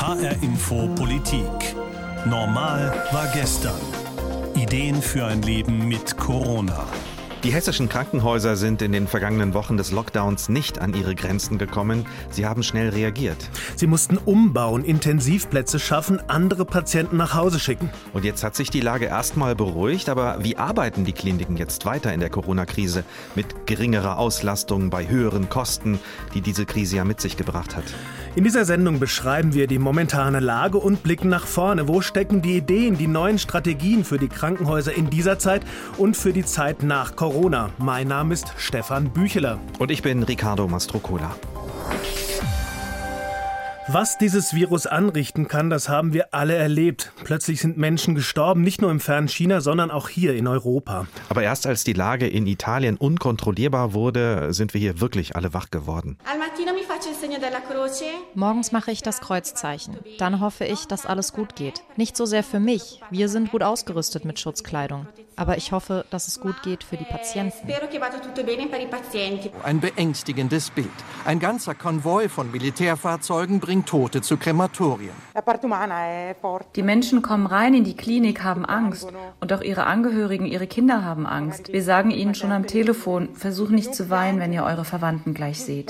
HR Info Politik. Normal war gestern. Ideen für ein Leben mit Corona. Die hessischen Krankenhäuser sind in den vergangenen Wochen des Lockdowns nicht an ihre Grenzen gekommen. Sie haben schnell reagiert. Sie mussten umbauen, Intensivplätze schaffen, andere Patienten nach Hause schicken. Und jetzt hat sich die Lage erstmal beruhigt. Aber wie arbeiten die Kliniken jetzt weiter in der Corona-Krise? Mit geringerer Auslastung, bei höheren Kosten, die diese Krise ja mit sich gebracht hat. In dieser Sendung beschreiben wir die momentane Lage und blicken nach vorne. Wo stecken die Ideen, die neuen Strategien für die Krankenhäuser in dieser Zeit und für die Zeit nach Corona? Mein Name ist Stefan Bücheler. Und ich bin Riccardo Mastrocola. Was dieses Virus anrichten kann, das haben wir alle erlebt. Plötzlich sind Menschen gestorben, nicht nur im fernen China, sondern auch hier in Europa. Aber erst als die Lage in Italien unkontrollierbar wurde, sind wir hier wirklich alle wach geworden. Morgens mache ich das Kreuzzeichen. Dann hoffe ich, dass alles gut geht. Nicht so sehr für mich. Wir sind gut ausgerüstet mit Schutzkleidung. Aber ich hoffe, dass es gut geht für die Patienten. Ein beängstigendes Bild. Ein ganzer Konvoi von Militärfahrzeugen bringt Tote zu Krematorien. Die Menschen kommen rein in die Klinik, haben Angst. Und auch ihre Angehörigen, ihre Kinder haben Angst. Wir sagen ihnen schon am Telefon, versucht nicht zu weinen, wenn ihr eure Verwandten gleich seht.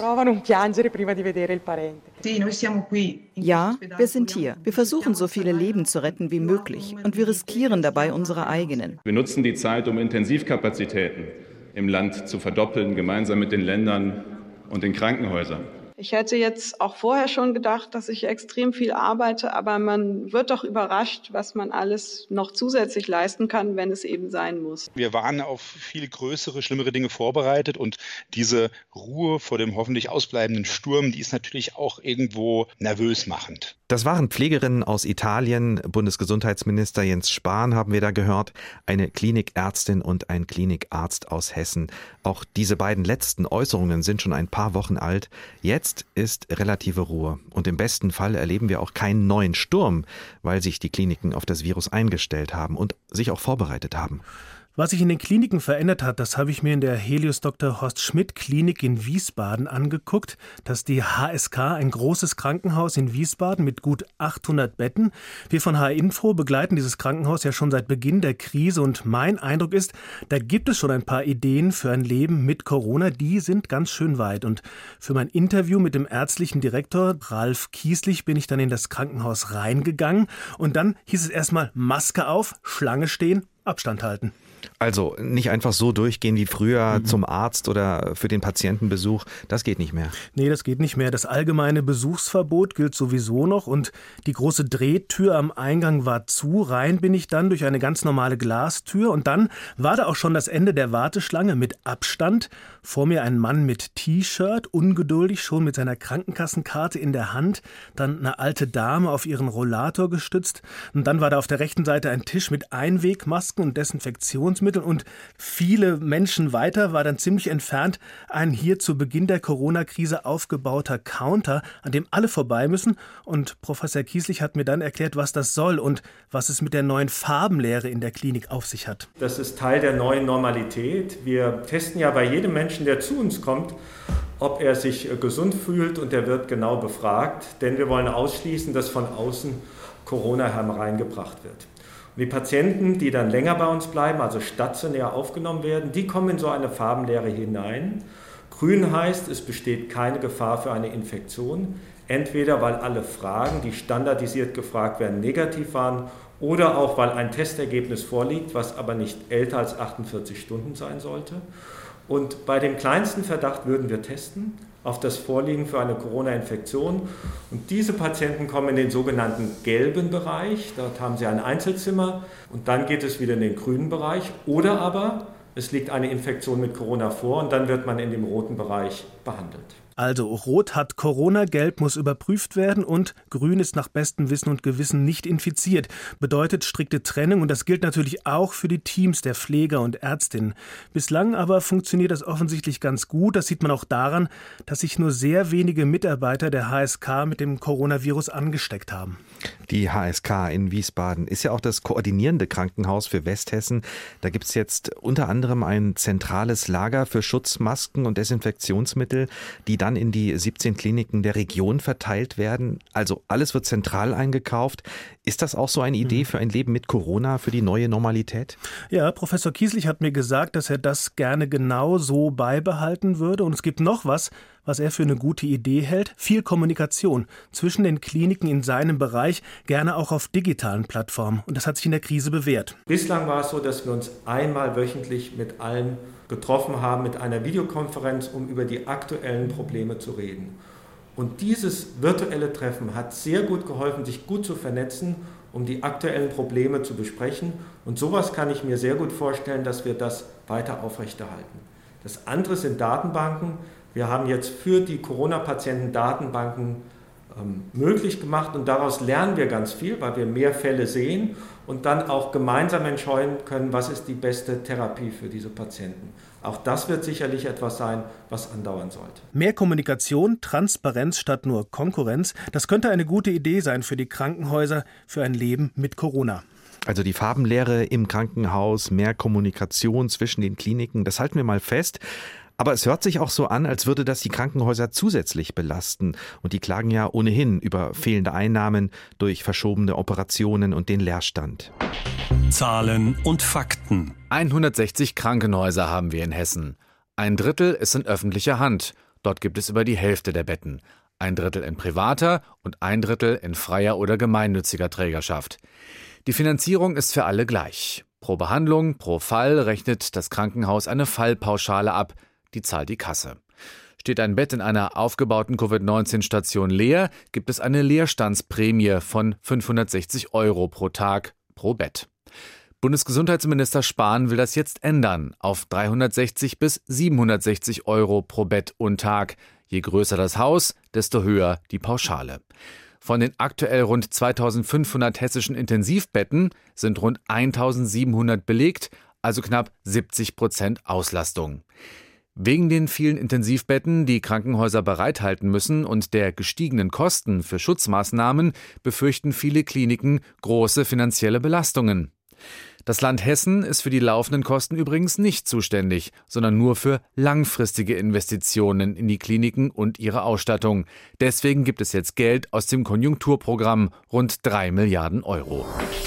Ja, wir sind hier. Wir versuchen, so viele Leben zu retten wie möglich. Und wir riskieren dabei unsere eigenen. Wir nutzen die Zeit, um Intensivkapazitäten im Land zu verdoppeln, gemeinsam mit den Ländern und den Krankenhäusern. Ich hätte jetzt auch vorher schon gedacht, dass ich extrem viel arbeite, aber man wird doch überrascht, was man alles noch zusätzlich leisten kann, wenn es eben sein muss. Wir waren auf viel größere, schlimmere Dinge vorbereitet und diese Ruhe vor dem hoffentlich ausbleibenden Sturm, die ist natürlich auch irgendwo nervös machend. Das waren Pflegerinnen aus Italien. Bundesgesundheitsminister Jens Spahn haben wir da gehört, eine Klinikärztin und ein Klinikarzt aus Hessen. Auch diese beiden letzten Äußerungen sind schon ein paar Wochen alt. Jetzt ist relative Ruhe und im besten Fall erleben wir auch keinen neuen Sturm, weil sich die Kliniken auf das Virus eingestellt haben und sich auch vorbereitet haben. Was sich in den Kliniken verändert hat, das habe ich mir in der Helios Dr. Horst Schmidt Klinik in Wiesbaden angeguckt. Das ist die HSK, ein großes Krankenhaus in Wiesbaden mit gut 800 Betten. Wir von HR Info begleiten dieses Krankenhaus ja schon seit Beginn der Krise und mein Eindruck ist, da gibt es schon ein paar Ideen für ein Leben mit Corona, die sind ganz schön weit. Und für mein Interview mit dem ärztlichen Direktor Ralf Kieslich bin ich dann in das Krankenhaus reingegangen und dann hieß es erstmal Maske auf, Schlange stehen, Abstand halten. Also nicht einfach so durchgehen wie früher zum Arzt oder für den Patientenbesuch. Das geht nicht mehr. Nee, das geht nicht mehr. Das allgemeine Besuchsverbot gilt sowieso noch und die große Drehtür am Eingang war zu. Rein bin ich dann durch eine ganz normale Glastür und dann war da auch schon das Ende der Warteschlange mit Abstand. Vor mir ein Mann mit T-Shirt, ungeduldig schon mit seiner Krankenkassenkarte in der Hand. Dann eine alte Dame auf ihren Rollator gestützt. Und dann war da auf der rechten Seite ein Tisch mit Einwegmasken und Desinfektionsmitteln. Und viele Menschen weiter war dann ziemlich entfernt ein hier zu Beginn der Corona-Krise aufgebauter Counter, an dem alle vorbei müssen. Und Professor Kieslich hat mir dann erklärt, was das soll und was es mit der neuen Farbenlehre in der Klinik auf sich hat. Das ist Teil der neuen Normalität. Wir testen ja bei jedem Menschen, der zu uns kommt, ob er sich gesund fühlt und er wird genau befragt. Denn wir wollen ausschließen, dass von außen Corona hereingebracht wird. Und die Patienten, die dann länger bei uns bleiben, also stationär aufgenommen werden, die kommen in so eine Farbenlehre hinein. Grün heißt, es besteht keine Gefahr für eine Infektion. Entweder weil alle Fragen, die standardisiert gefragt werden, negativ waren oder auch weil ein Testergebnis vorliegt, was aber nicht älter als 48 Stunden sein sollte. Und bei dem kleinsten Verdacht würden wir testen auf das Vorliegen für eine Corona-Infektion. Und diese Patienten kommen in den sogenannten gelben Bereich. Dort haben sie ein Einzelzimmer und dann geht es wieder in den grünen Bereich. Oder aber es liegt eine Infektion mit Corona vor und dann wird man in dem roten Bereich behandelt. Also rot hat Corona, gelb muss überprüft werden und grün ist nach bestem Wissen und Gewissen nicht infiziert. Bedeutet strikte Trennung und das gilt natürlich auch für die Teams der Pfleger und Ärztinnen. Bislang aber funktioniert das offensichtlich ganz gut. Das sieht man auch daran, dass sich nur sehr wenige Mitarbeiter der HSK mit dem Coronavirus angesteckt haben. Die HSK in Wiesbaden ist ja auch das koordinierende Krankenhaus für Westhessen. Da gibt es jetzt unter anderem ein zentrales Lager für Schutzmasken und Desinfektionsmittel, die dann dann in die 17 Kliniken der Region verteilt werden. Also alles wird zentral eingekauft. Ist das auch so eine Idee für ein Leben mit Corona, für die neue Normalität? Ja, Professor Kieslich hat mir gesagt, dass er das gerne genau so beibehalten würde. Und es gibt noch was er für eine gute Idee hält. Viel Kommunikation zwischen den Kliniken in seinem Bereich, gerne auch auf digitalen Plattformen. Und das hat sich in der Krise bewährt. Bislang war es so, dass wir uns einmal wöchentlich mit allen getroffen haben, mit einer Videokonferenz, um über die aktuellen Probleme zu reden. Und dieses virtuelle Treffen hat sehr gut geholfen, sich gut zu vernetzen, um die aktuellen Probleme zu besprechen. Und sowas kann ich mir sehr gut vorstellen, dass wir das weiter aufrechterhalten. Das andere sind Datenbanken. Wir haben jetzt für die Corona-Patienten Datenbanken möglich gemacht und daraus lernen wir ganz viel, weil wir mehr Fälle sehen und dann auch gemeinsam entscheiden können, was ist die beste Therapie für diese Patienten. Auch das wird sicherlich etwas sein, was andauern sollte. Mehr Kommunikation, Transparenz statt nur Konkurrenz, das könnte eine gute Idee sein für die Krankenhäuser, für ein Leben mit Corona. Also die Farbenlehre im Krankenhaus, mehr Kommunikation zwischen den Kliniken, das halten wir mal fest. Aber es hört sich auch so an, als würde das die Krankenhäuser zusätzlich belasten. Und die klagen ja ohnehin über fehlende Einnahmen durch verschobene Operationen und den Leerstand. Zahlen und Fakten. 160 Krankenhäuser haben wir in Hessen. 1/3 ist in öffentlicher Hand. Dort gibt es über die Hälfte der Betten. 1/3 in privater und 1/3 in freier oder gemeinnütziger Trägerschaft. Die Finanzierung ist für alle gleich. Pro Behandlung, pro Fall rechnet das Krankenhaus eine Fallpauschale ab. Die zahlt die Kasse. Steht ein Bett in einer aufgebauten Covid-19-Station leer, gibt es eine Leerstandsprämie von 560 € pro Tag pro Bett. Bundesgesundheitsminister Spahn will das jetzt ändern auf 360 bis 760 € pro Bett und Tag. Je größer das Haus, desto höher die Pauschale. Von den aktuell rund 2500 hessischen Intensivbetten sind rund 1700 belegt, also knapp 70% Auslastung. Wegen den vielen Intensivbetten, die Krankenhäuser bereithalten müssen und der gestiegenen Kosten für Schutzmaßnahmen, befürchten viele Kliniken große finanzielle Belastungen. Das Land Hessen ist für die laufenden Kosten übrigens nicht zuständig, sondern nur für langfristige Investitionen in die Kliniken und ihre Ausstattung. Deswegen gibt es jetzt Geld aus dem Konjunkturprogramm, rund 3 Milliarden €.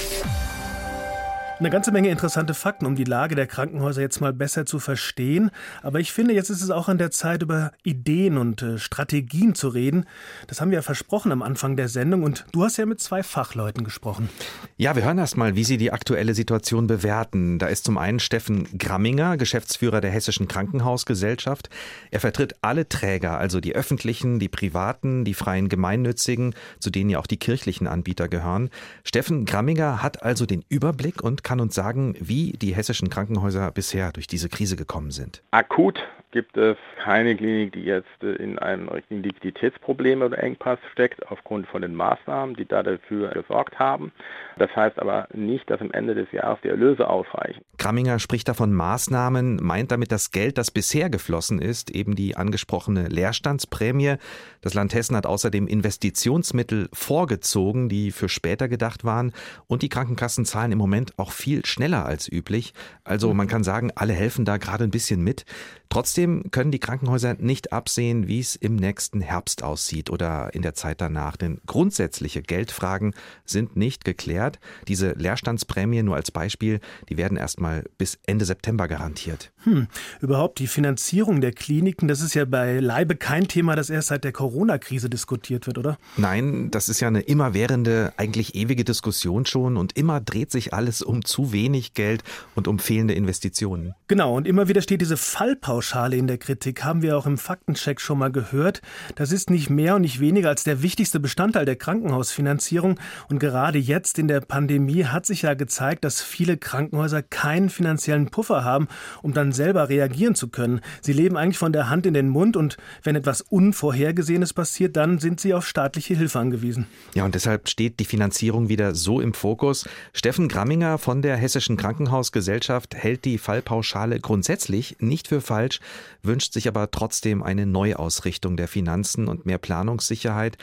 Eine ganze Menge interessante Fakten, um die Lage der Krankenhäuser jetzt mal besser zu verstehen. Aber ich finde, jetzt ist es auch an der Zeit, über Ideen und Strategien zu reden. Das haben wir ja versprochen am Anfang der Sendung. Und du hast ja mit 2 Fachleuten gesprochen. Ja, wir hören erst mal, wie sie die aktuelle Situation bewerten. Da ist zum einen Steffen Gramminger, Geschäftsführer der Hessischen Krankenhausgesellschaft. Er vertritt alle Träger, also die öffentlichen, die privaten, die freien gemeinnützigen, zu denen ja auch die kirchlichen Anbieter gehören. Steffen Gramminger hat also den Überblick und kann uns sagen, wie die hessischen Krankenhäuser bisher durch diese Krise gekommen sind. Akut gibt es keine Klinik, die jetzt in einem richtigen Liquiditätsproblem oder Engpass steckt, aufgrund von den Maßnahmen, die da dafür gesorgt haben. Das heißt aber nicht, dass am Ende des Jahres die Erlöse ausreichen. Gramminger spricht davon Maßnahmen, meint damit das Geld, das bisher geflossen ist, eben die angesprochene Leerstandsprämie. Das Land Hessen hat außerdem Investitionsmittel vorgezogen, die für später gedacht waren. Und die Krankenkassen zahlen im Moment auch viel schneller als üblich. Also man kann sagen, alle helfen da gerade ein bisschen mit. Trotzdem können die Krankenhäuser nicht absehen, wie es im nächsten Herbst aussieht oder in der Zeit danach. Denn grundsätzliche Geldfragen sind nicht geklärt. Diese Leerstandsprämie, nur als Beispiel, die werden erst mal bis Ende September garantiert. Überhaupt die Finanzierung der Kliniken, das ist ja beileibe kein Thema, das erst seit der Corona-Krise diskutiert wird, oder? Nein, das ist ja eine immerwährende, eigentlich ewige Diskussion schon. Und immer dreht sich alles um zu wenig Geld und um fehlende Investitionen. Genau, und immer wieder steht diese Fallpauschale in der Kritik, haben wir auch im Faktencheck schon mal gehört. Das ist nicht mehr und nicht weniger als der wichtigste Bestandteil der Krankenhausfinanzierung. Und gerade jetzt in der Pandemie hat sich ja gezeigt, dass viele Krankenhäuser keinen finanziellen Puffer haben, um dann selber reagieren zu können. Sie leben eigentlich von der Hand in den Mund und wenn etwas Unvorhergesehenes passiert, dann sind sie auf staatliche Hilfe angewiesen. Ja, und deshalb steht die Finanzierung wieder so im Fokus. Steffen Gramminger von der Hessischen Krankenhausgesellschaft hält die Fallpauschale grundsätzlich nicht für falsch, wünscht sich aber trotzdem eine Neuausrichtung der Finanzen und mehr Planungssicherheit.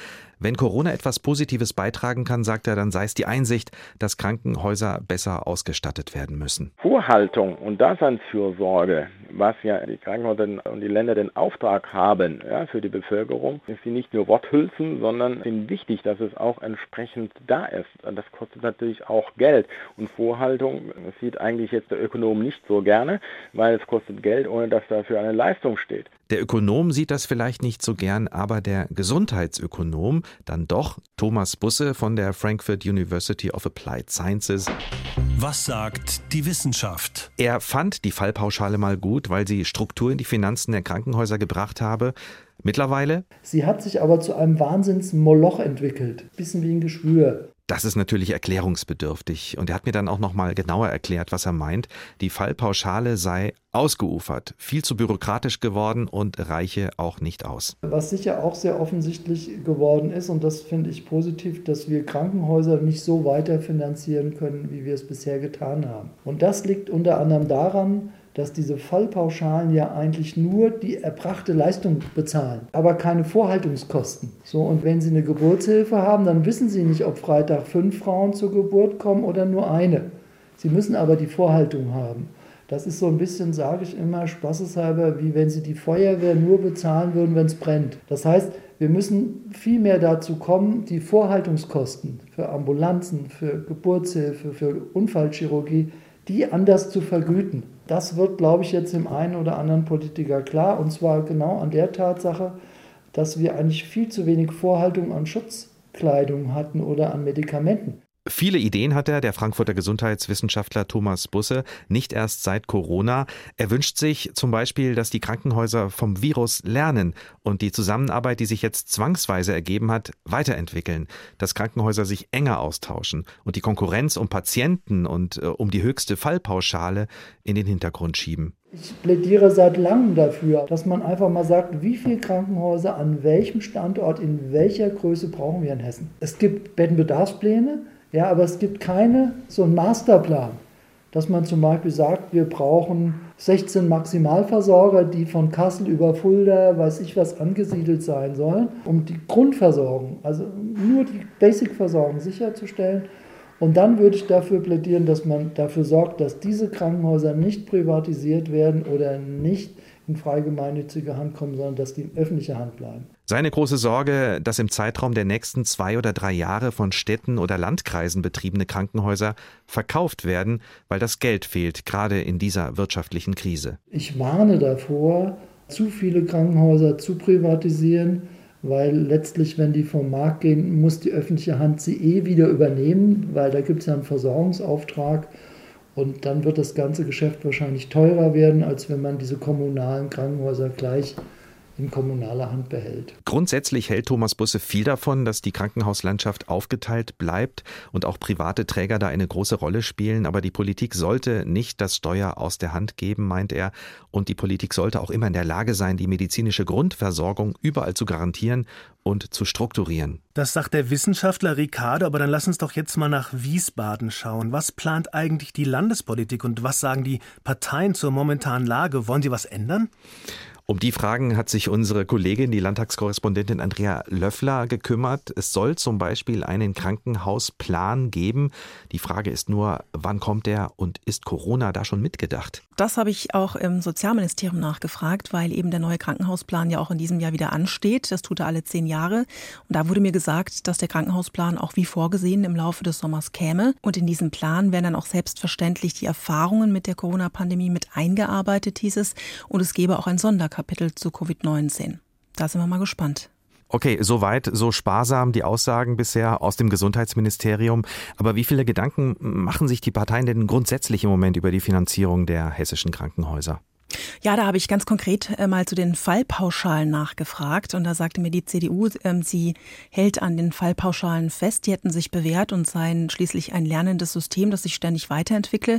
Wenn Corona etwas Positives beitragen kann, sagt er, dann sei es die Einsicht, dass Krankenhäuser besser ausgestattet werden müssen. Vorhaltung und Daseinsfürsorge, was ja die Krankenhäuser und die Länder den Auftrag haben, ja, für die Bevölkerung, ist sie nicht nur Worthülsen, sondern sind wichtig, dass es auch entsprechend da ist. Das kostet natürlich auch Geld. Und Vorhaltung sieht eigentlich jetzt der Ökonom nicht so gerne, weil es kostet Geld, ohne dass dafür eine Leistung steht. Der Ökonom sieht das vielleicht nicht so gern, aber der Gesundheitsökonom dann doch, Thomas Busse von der Frankfurt University of Applied Sciences. Was sagt die Wissenschaft? Er fand die Fallpauschale mal gut, weil sie Struktur in die Finanzen der Krankenhäuser gebracht habe. Mittlerweile? Sie hat sich aber zu einem Wahnsinnsmoloch entwickelt. Bisschen wie ein Geschwür. Das ist natürlich erklärungsbedürftig. Und er hat mir dann auch noch mal genauer erklärt, was er meint. Die Fallpauschale sei ausgeufert, viel zu bürokratisch geworden und reiche auch nicht aus. Was sicher auch sehr offensichtlich geworden ist, und das finde ich positiv, dass wir Krankenhäuser nicht so weiter finanzieren können, wie wir es bisher getan haben. Und das liegt unter anderem daran, dass diese Fallpauschalen ja eigentlich nur die erbrachte Leistung bezahlen, aber keine Vorhaltungskosten. So, und wenn Sie eine Geburtshilfe haben, dann wissen Sie nicht, ob Freitag 5 Frauen zur Geburt kommen oder nur eine. Sie müssen aber die Vorhaltung haben. Das ist so ein bisschen, sage ich immer, spaßeshalber, wie wenn Sie die Feuerwehr nur bezahlen würden, wenn es brennt. Das heißt, wir müssen viel mehr dazu kommen, die Vorhaltungskosten für Ambulanzen, für Geburtshilfe, für Unfallchirurgie, die anders zu vergüten. Das wird, glaube ich, jetzt dem einen oder anderen Politiker klar. Und zwar genau an der Tatsache, dass wir eigentlich viel zu wenig Vorhaltung an Schutzkleidung hatten oder an Medikamenten. Viele Ideen hat der Frankfurter Gesundheitswissenschaftler Thomas Busse, nicht erst seit Corona. Er wünscht sich zum Beispiel, dass die Krankenhäuser vom Virus lernen und die Zusammenarbeit, die sich jetzt zwangsweise ergeben hat, weiterentwickeln. Dass Krankenhäuser sich enger austauschen und die Konkurrenz um Patienten und um die höchste Fallpauschale in den Hintergrund schieben. Ich plädiere seit langem dafür, dass man einfach mal sagt, wie viele Krankenhäuser an welchem Standort, in welcher Größe brauchen wir in Hessen. Es gibt Bettenbedarfspläne, ja, aber es gibt so einen Masterplan, dass man zum Beispiel sagt, wir brauchen 16 Maximalversorger, die von Kassel über Fulda, weiß ich was, angesiedelt sein sollen, um die Grundversorgung, also nur die Basic-Versorgung sicherzustellen. Und dann würde ich dafür plädieren, dass man dafür sorgt, dass diese Krankenhäuser nicht privatisiert werden oder nicht in frei gemeinnützige Hand kommen, sondern dass die in öffentlicher Hand bleiben. Seine große Sorge, dass im Zeitraum der nächsten 2 oder 3 Jahre von Städten oder Landkreisen betriebene Krankenhäuser verkauft werden, weil das Geld fehlt, gerade in dieser wirtschaftlichen Krise. Ich warne davor, zu viele Krankenhäuser zu privatisieren, weil letztlich, wenn die vom Markt gehen, muss die öffentliche Hand sie wieder übernehmen, weil da gibt es ja einen Versorgungsauftrag. Und dann wird das ganze Geschäft wahrscheinlich teurer werden, als wenn man diese kommunalen Krankenhäuser gleich in kommunaler Hand behält. Grundsätzlich hält Thomas Busse viel davon, dass die Krankenhauslandschaft aufgeteilt bleibt und auch private Träger da eine große Rolle spielen. Aber die Politik sollte nicht das Steuer aus der Hand geben, meint er. Und die Politik sollte auch immer in der Lage sein, die medizinische Grundversorgung überall zu garantieren und zu strukturieren. Das sagt der Wissenschaftler Ricardo, aber dann lass uns doch jetzt mal nach Wiesbaden schauen. Was plant eigentlich die Landespolitik und was sagen die Parteien zur momentanen Lage? Wollen sie was ändern? Um die Fragen hat sich unsere Kollegin, die Landtagskorrespondentin Andrea Löffler, gekümmert. Es soll zum Beispiel einen Krankenhausplan geben. Die Frage ist nur, wann kommt der und ist Corona da schon mitgedacht? Das habe ich auch im Sozialministerium nachgefragt, weil eben der neue Krankenhausplan ja auch in diesem Jahr wieder ansteht. Das tut er alle 10 Jahre. Und da wurde mir gesagt, dass der Krankenhausplan auch wie vorgesehen im Laufe des Sommers käme. Und in diesem Plan werden dann auch selbstverständlich die Erfahrungen mit der Corona-Pandemie mit eingearbeitet, hieß es. Und es gäbe auch ein Sonderkapitel zu Covid-19. Da sind wir mal gespannt. Okay, soweit, so sparsam die Aussagen bisher aus dem Gesundheitsministerium. Aber wie viele Gedanken machen sich die Parteien denn grundsätzlich im Moment über die Finanzierung der hessischen Krankenhäuser? Ja, da habe ich ganz konkret mal zu den Fallpauschalen nachgefragt. Und da sagte mir die CDU, sie hält an den Fallpauschalen fest. Die hätten sich bewährt und seien schließlich ein lernendes System, das sich ständig weiterentwickle.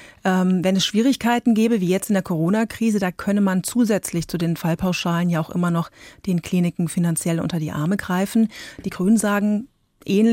Wenn es Schwierigkeiten gäbe, wie jetzt in der Corona-Krise, da könne man zusätzlich zu den Fallpauschalen ja auch immer noch den Kliniken finanziell unter die Arme greifen. Die Grünen sagen ähnlich,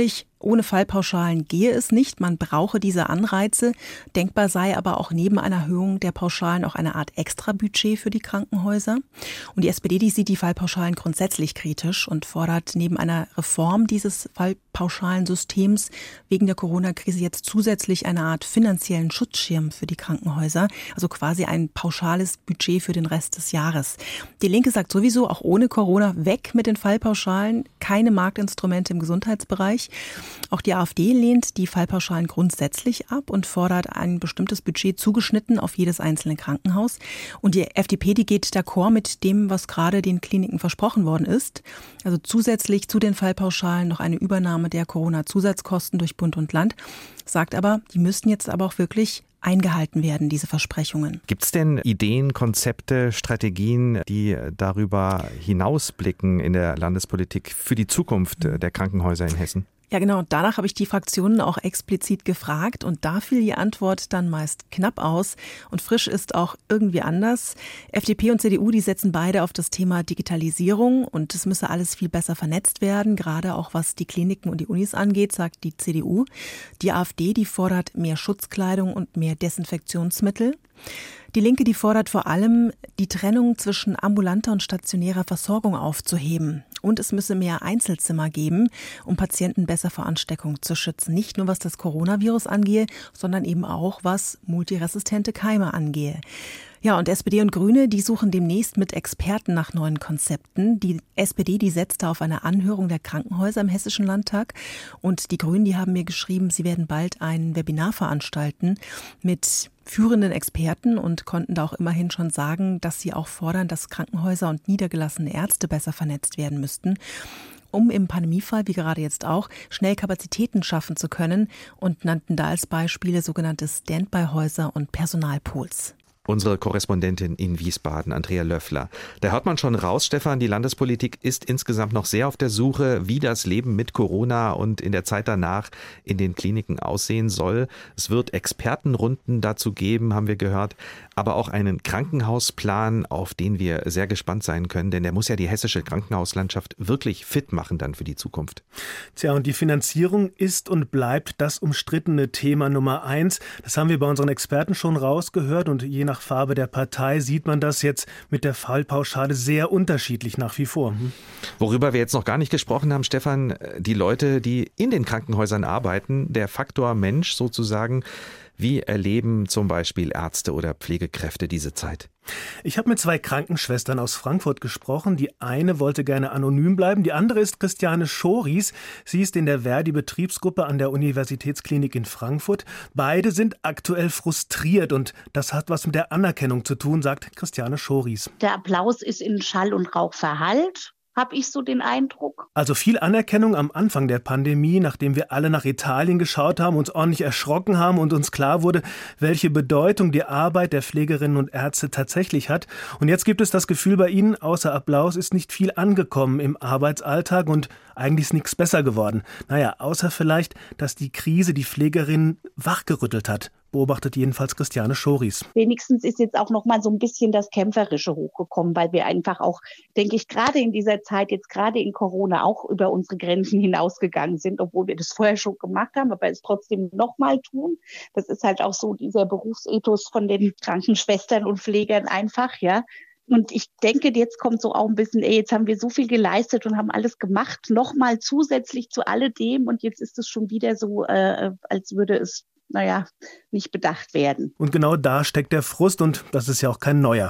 Ohne Fallpauschalen gehe es nicht. Man brauche diese Anreize. Denkbar sei aber auch neben einer Erhöhung der Pauschalen auch eine Art Extrabudget für die Krankenhäuser. Und die SPD, die sieht die Fallpauschalen grundsätzlich kritisch und fordert neben einer Reform dieses Fallpauschalensystems wegen der Corona-Krise jetzt zusätzlich eine Art finanziellen Schutzschirm für die Krankenhäuser. Also quasi ein pauschales Budget für den Rest des Jahres. Die Linke sagt sowieso, auch ohne Corona weg mit den Fallpauschalen. Keine Marktinstrumente im Gesundheitsbereich. Auch die AfD lehnt die Fallpauschalen grundsätzlich ab und fordert ein bestimmtes Budget zugeschnitten auf jedes einzelne Krankenhaus. Und die FDP, die geht d'accord mit dem, was gerade den Kliniken versprochen worden ist. Also zusätzlich zu den Fallpauschalen noch eine Übernahme der Corona-Zusatzkosten durch Bund und Land. Sagt aber, die müssten jetzt aber auch wirklich eingehalten werden, diese Versprechungen. Gibt es denn Ideen, Konzepte, Strategien, die darüber hinausblicken in der Landespolitik für die Zukunft der Krankenhäuser in Hessen? Ja, genau. Danach habe ich die Fraktionen auch explizit gefragt und da fiel die Antwort dann meist knapp aus. Und frisch ist auch irgendwie anders. FDP und CDU, die setzen beide auf das Thema Digitalisierung und es müsse alles viel besser vernetzt werden, gerade auch was die Kliniken und die Unis angeht, sagt die CDU. Die AfD, die fordert mehr Schutzkleidung und mehr Desinfektionsmittel. Die Linke, die fordert vor allem, die Trennung zwischen ambulanter und stationärer Versorgung aufzuheben. Und es müsse mehr Einzelzimmer geben, um Patienten besser vor Ansteckung zu schützen. Nicht nur was das Coronavirus angehe, sondern eben auch was multiresistente Keime angehe. Ja, und SPD und Grüne, die suchen demnächst mit Experten nach neuen Konzepten. Die SPD, die setzt da auf eine Anhörung der Krankenhäuser im Hessischen Landtag. Und die Grünen, die haben mir geschrieben, sie werden bald ein Webinar veranstalten mit führenden Experten und konnten da auch immerhin schon sagen, dass sie auch fordern, dass Krankenhäuser und niedergelassene Ärzte besser vernetzt werden müssten, um im Pandemiefall, wie gerade jetzt auch, schnell Kapazitäten schaffen zu können und nannten da als Beispiele sogenannte Standby-Häuser und Personalpools. Unsere Korrespondentin in Wiesbaden, Andrea Löffler. Da hört man schon raus, Stefan, die Landespolitik ist insgesamt noch sehr auf der Suche, wie das Leben mit Corona und in der Zeit danach in den Kliniken aussehen soll. Es wird Expertenrunden dazu geben, haben wir gehört, aber auch einen Krankenhausplan, auf den wir sehr gespannt sein können, denn der muss ja die hessische Krankenhauslandschaft wirklich fit machen dann für die Zukunft. Tja, und die Finanzierung ist und bleibt das umstrittene Thema Nummer 1. Das haben wir bei unseren Experten schon rausgehört und je nach Farbe der Partei sieht man das jetzt mit der Fallpauschale sehr unterschiedlich nach wie vor. Worüber wir jetzt noch gar nicht gesprochen haben, Stefan, die Leute, die in den Krankenhäusern arbeiten, der Faktor Mensch sozusagen, wie erleben zum Beispiel Ärzte oder Pflegekräfte diese Zeit? Ich habe mit 2 Krankenschwestern aus Frankfurt gesprochen. Die eine wollte gerne anonym bleiben, die andere ist Christiane Schoris. Sie ist in der Verdi-Betriebsgruppe an der Universitätsklinik in Frankfurt. Beide sind aktuell frustriert und das hat was mit der Anerkennung zu tun, sagt Christiane Schoris. Der Applaus ist in Schall und Rauch verhallt, habe ich so den Eindruck. Also viel Anerkennung am Anfang der Pandemie, nachdem wir alle nach Italien geschaut haben, uns ordentlich erschrocken haben und uns klar wurde, welche Bedeutung die Arbeit der Pflegerinnen und Ärzte tatsächlich hat. Und jetzt gibt es das Gefühl bei Ihnen, außer Applaus ist nicht viel angekommen im Arbeitsalltag und eigentlich ist nichts besser geworden. Naja, außer vielleicht, dass die Krise die Pflegerinnen wachgerüttelt hat. Beobachtet jedenfalls Christiane Schoris. Wenigstens ist jetzt auch noch mal so ein bisschen das Kämpferische hochgekommen, weil wir einfach auch, denke ich, gerade in dieser Zeit, jetzt gerade in Corona, auch über unsere Grenzen hinausgegangen sind, obwohl wir das vorher schon gemacht haben, aber es trotzdem noch mal tun. Das ist halt auch so dieser Berufsethos von den Krankenschwestern und Pflegern einfach, ja. Und ich denke, jetzt kommt so auch ein bisschen, jetzt haben wir so viel geleistet und haben alles gemacht, nochmal zusätzlich zu alledem und jetzt ist es schon wieder so, als würde es nicht bedacht werden. Und genau da steckt der Frust und das ist ja auch kein neuer.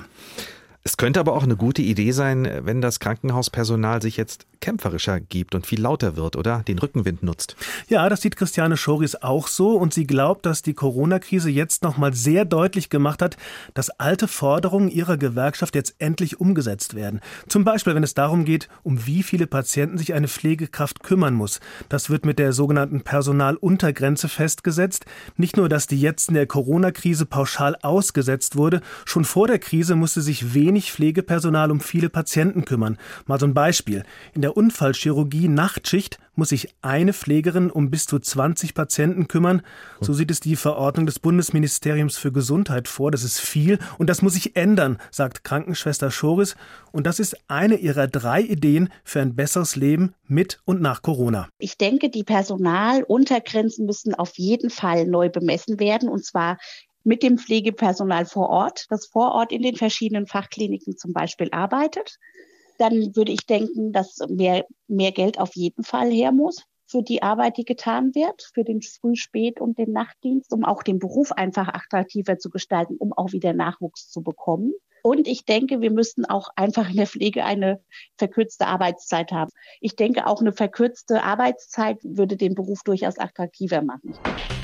Es könnte aber auch eine gute Idee sein, wenn das Krankenhauspersonal sich jetzt kämpferischer gibt und viel lauter wird oder den Rückenwind nutzt. Ja, das sieht Christiane Schoris auch so und sie glaubt, dass die Corona-Krise jetzt nochmal sehr deutlich gemacht hat, dass alte Forderungen ihrer Gewerkschaft jetzt endlich umgesetzt werden. Zum Beispiel, wenn es darum geht, um wie viele Patienten sich eine Pflegekraft kümmern muss. Das wird mit der sogenannten Personaluntergrenze festgesetzt. Nicht nur, dass die jetzt in der Corona-Krise pauschal ausgesetzt wurde, schon vor der Krise musste sich wenig wenig Pflegepersonal um viele Patienten kümmern. Mal so ein Beispiel. In der Unfallchirurgie Nachtschicht muss sich eine Pflegerin um bis zu 20 Patienten kümmern. So sieht es die Verordnung des Bundesministeriums für Gesundheit vor. Das ist viel und das muss sich ändern, sagt Krankenschwester Schoris. Und das ist eine ihrer 3 Ideen für ein besseres Leben mit und nach Corona. Ich denke, die Personaluntergrenzen müssen auf jeden Fall neu bemessen werden, und zwar mit dem Pflegepersonal vor Ort, das vor Ort in den verschiedenen Fachkliniken zum Beispiel arbeitet. Dann würde ich denken, dass mehr Geld auf jeden Fall her muss für die Arbeit, die getan wird, für den Früh-, Spät- und den Nachtdienst, um auch den Beruf einfach attraktiver zu gestalten, um auch wieder Nachwuchs zu bekommen. Und ich denke, wir müssten auch einfach in der Pflege eine verkürzte Arbeitszeit haben. Ich denke, auch eine verkürzte Arbeitszeit würde den Beruf durchaus attraktiver machen.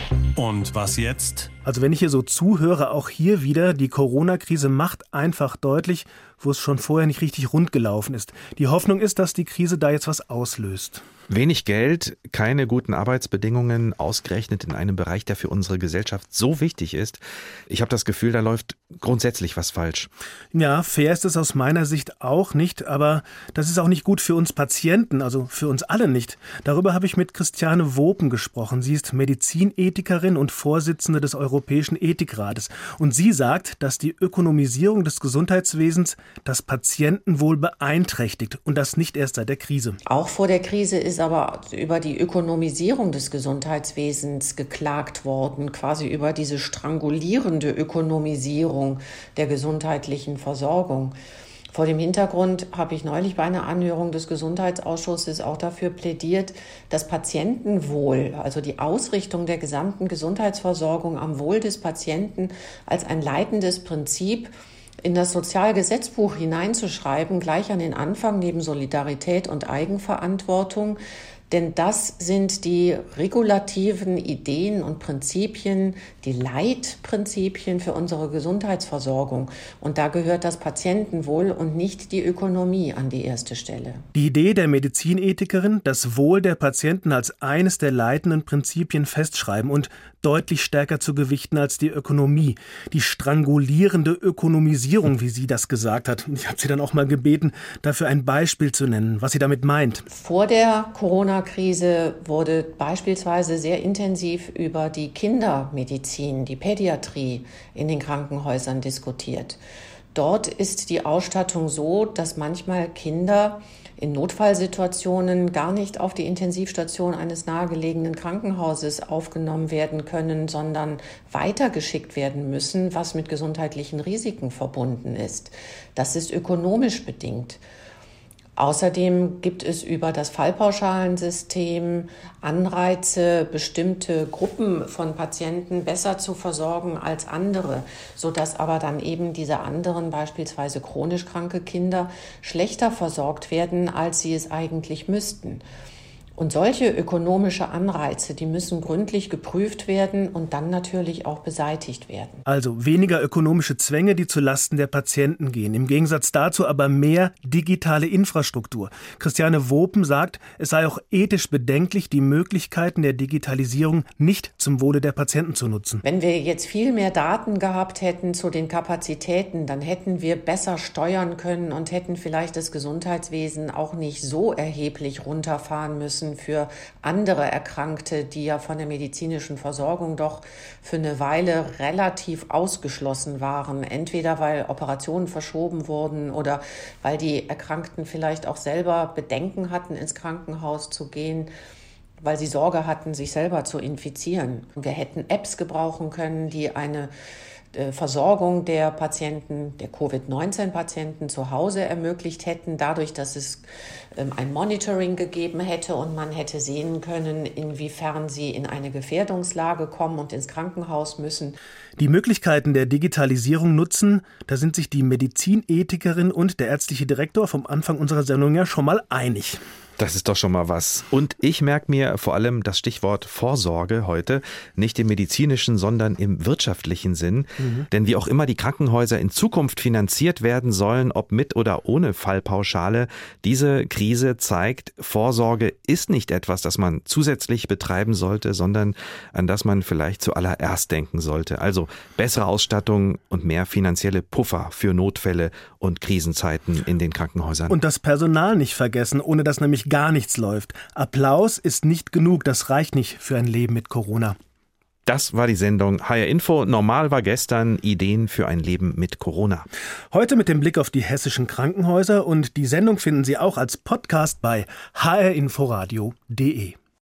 Und was jetzt? Also wenn ich hier so zuhöre, auch hier wieder, die Corona-Krise macht einfach deutlich, wo es schon vorher nicht richtig rund gelaufen ist. Die Hoffnung ist, dass die Krise da jetzt was auslöst. Wenig Geld, keine guten Arbeitsbedingungen, ausgerechnet in einem Bereich, der für unsere Gesellschaft so wichtig ist. Ich habe das Gefühl, da läuft grundsätzlich was falsch. Ja, fair ist es aus meiner Sicht auch nicht, aber das ist auch nicht gut für uns Patienten, also für uns alle nicht. Darüber habe ich mit Christiane Wopen gesprochen. Sie ist Medizinethikerin und Vorsitzende des Europäischen Ethikrates. Und sie sagt, dass die Ökonomisierung des Gesundheitswesens das Patientenwohl beeinträchtigt und das nicht erst seit der Krise. Auch vor der Krise ist aber über die Ökonomisierung des Gesundheitswesens geklagt worden, quasi über diese strangulierende Ökonomisierung der gesundheitlichen Versorgung. Vor dem Hintergrund habe ich neulich bei einer Anhörung des Gesundheitsausschusses auch dafür plädiert, das Patientenwohl, also die Ausrichtung der gesamten Gesundheitsversorgung am Wohl des Patienten als ein leitendes Prinzip in das Sozialgesetzbuch hineinzuschreiben, gleich an den Anfang neben Solidarität und Eigenverantwortung. Denn das sind die regulativen Ideen und Prinzipien, die Leitprinzipien für unsere Gesundheitsversorgung. Und da gehört das Patientenwohl und nicht die Ökonomie an die erste Stelle. Die Idee der Medizinethikerin, das Wohl der Patienten als eines der leitenden Prinzipien festschreiben und deutlich stärker zu gewichten als die Ökonomie. Die strangulierende Ökonomisierung, wie sie das gesagt hat. Ich habe sie dann auch mal gebeten, dafür ein Beispiel zu nennen, was sie damit meint. Vor der Corona-Krise wurde beispielsweise sehr intensiv über die Kindermedizin, die Pädiatrie in den Krankenhäusern diskutiert. Dort ist die Ausstattung so, dass manchmal Kinder in Notfallsituationen gar nicht auf die Intensivstation eines nahegelegenen Krankenhauses aufgenommen werden können, sondern weitergeschickt werden müssen, was mit gesundheitlichen Risiken verbunden ist. Das ist ökonomisch bedingt. Außerdem gibt es über das Fallpauschalensystem Anreize, bestimmte Gruppen von Patienten besser zu versorgen als andere, sodass aber dann eben diese anderen, beispielsweise chronisch kranke Kinder, schlechter versorgt werden, als sie es eigentlich müssten. Und solche ökonomische Anreize, die müssen gründlich geprüft werden und dann natürlich auch beseitigt werden. Also weniger ökonomische Zwänge, die zulasten der Patienten gehen. Im Gegensatz dazu aber mehr digitale Infrastruktur. Christiane Wopen sagt, es sei auch ethisch bedenklich, die Möglichkeiten der Digitalisierung nicht zum Wohle der Patienten zu nutzen. Wenn wir jetzt viel mehr Daten gehabt hätten zu den Kapazitäten, dann hätten wir besser steuern können und hätten vielleicht das Gesundheitswesen auch nicht so erheblich runterfahren müssen für andere Erkrankte, die ja von der medizinischen Versorgung doch für eine Weile relativ ausgeschlossen waren. Entweder weil Operationen verschoben wurden oder weil die Erkrankten vielleicht auch selber Bedenken hatten, ins Krankenhaus zu gehen, weil sie Sorge hatten, sich selber zu infizieren. Wir hätten Apps gebrauchen können, die eine Versorgung der Patienten, der Covid-19-Patienten zu Hause ermöglicht hätten, dadurch, dass es ein Monitoring gegeben hätte und man hätte sehen können, inwiefern sie in eine Gefährdungslage kommen und ins Krankenhaus müssen. Die Möglichkeiten der Digitalisierung nutzen, da sind sich die Medizinethikerin und der ärztliche Direktor vom Anfang unserer Sendung ja schon mal einig. Das ist doch schon mal was. Und ich merke mir vor allem das Stichwort Vorsorge heute, nicht im medizinischen, sondern im wirtschaftlichen Sinn. Denn wie auch immer die Krankenhäuser in Zukunft finanziert werden sollen, ob mit oder ohne Fallpauschale, diese Krise zeigt, Vorsorge ist nicht etwas, das man zusätzlich betreiben sollte, sondern an das man vielleicht zuallererst denken sollte. Also bessere Ausstattung und mehr finanzielle Puffer für Notfälle und Krisenzeiten in den Krankenhäusern. Und das Personal nicht vergessen, ohne dass nämlich gar nichts läuft. Applaus ist nicht genug, das reicht nicht für ein Leben mit Corona. Das war die Sendung HR Info. Normal war gestern Ideen für ein Leben mit Corona. Heute mit dem Blick auf die hessischen Krankenhäuser und die Sendung finden Sie auch als Podcast bei hrinforadio.de.